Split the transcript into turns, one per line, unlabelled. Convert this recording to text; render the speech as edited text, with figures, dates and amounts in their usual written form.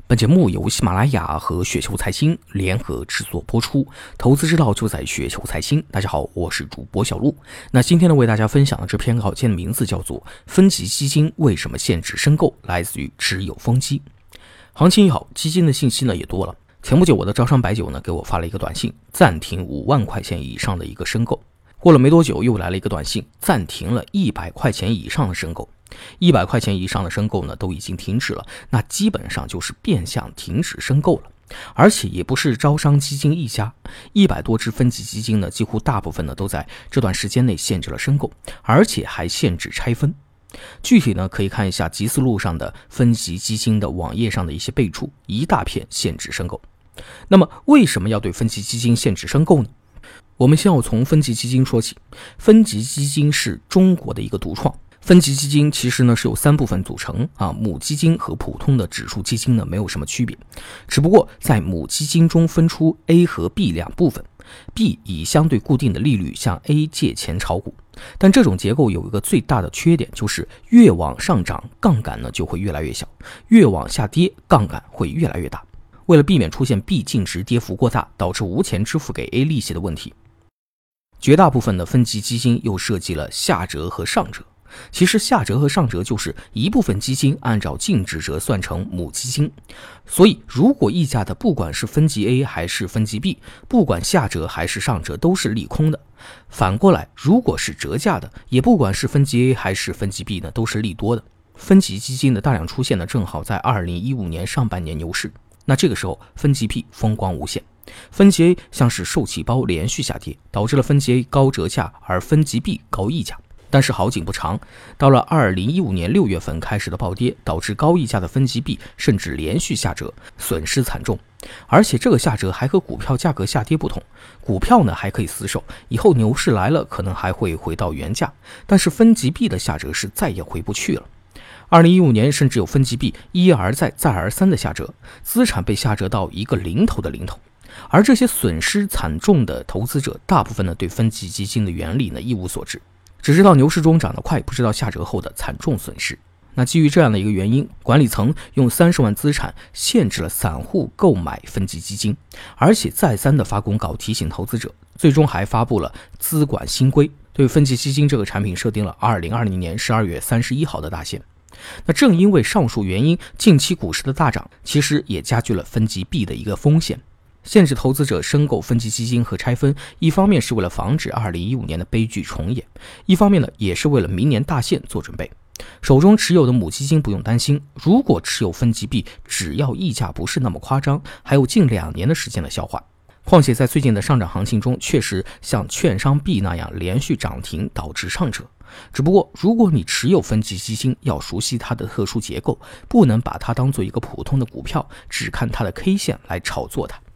本节目由喜马拉雅和雪球财经联合制作播出，投资之道就在雪球财经。大家好，我是主播小璐。那今天呢，为大家分享的这篇稿件的名字叫做《分级基金为什么限制申购》，来自于只有风机。行情一好，基金的信息呢也多了。前不久我的招商白酒呢给我发了一个短信，暂停5万块钱以上的一个申购。过了没多久，又来了一个短信，暂停了100块钱以上的申购。100块钱以上的申购呢都已经停止了，那基本上就是变相停止申购了。而且也不是招商基金一家，100多只分级基金呢，几乎大部分呢都在这段时间内限制了申购，而且还限制拆分。具体呢可以看一下集思路上的分级基金的网页上的一些备注，一大片限制申购。那么为什么要对分级基金限制申购呢？我们先要从分级基金说起。分级基金是中国的一个独创。分级基金其实呢是由3部分组成母基金和普通的指数基金呢没有什么区别，只不过在母基金中分出 A 和 B 两部分， B 以相对固定的利率向 A 借钱炒股。但这种结构有一个最大的缺点，就是越往上涨杠杆呢就会越来越小，越往下跌杠杆会越来越大。为了避免出现 B 净值跌幅过大导致无钱支付给 A 利息的问题，绝大部分的分级基金又设计了下折和上折。其实下折和上折就是一部分基金按照净值折算成母基金，所以如果溢价的不管是分级 A 还是分级 B， 不管下折还是上折都是利空的。反过来，如果是折价的，也不管是分级 A 还是分级 B 呢，都是利多的。分级基金的大量出现呢，正好在2015年上半年牛市，那这个时候分级 B 风光无限，分级 A 像是受气包连续下跌，导致了分级 A 高折价，而分级 B 高溢价。但是好景不长，到了2015年6月份开始的暴跌，导致高溢价的分级 B 甚至连续下折，损失惨重。而且这个下折还和股票价格下跌不同，股票呢还可以厮守，以后牛市来了可能还会回到原价，但是分级 B 的下折是再也回不去了。2015年甚至有分级 B 一而再再而三的下折，资产被下折到一个零头的零头。而这些损失惨重的投资者，大部分呢对分级基金的原理呢一无所知，只知道牛市中涨得快，不知道下折后的惨重损失。那基于这样的一个原因，管理层用30万资产限制了散户购买分级基金，而且再三的发公告提醒投资者，最终还发布了资管新规，对分级基金这个产品设定了2020年12月31号的大限。那正因为上述原因，近期股市的大涨其实也加剧了分级 B 的一个风险。限制投资者申购分级基金和拆分，一方面是为了防止2015年的悲剧重演，一方面呢也是为了明年大限做准备。手中持有的母基金不用担心，如果持有分级 B， 只要溢价不是那么夸张，还有近2年的时间的消化。况且在最近的上涨行情中，确实像券商 B 那样连续涨停导致上折。只不过如果你持有分级基金，要熟悉它的特殊结构，不能把它当做一个普通的股票，只看它的 K 线来炒作它。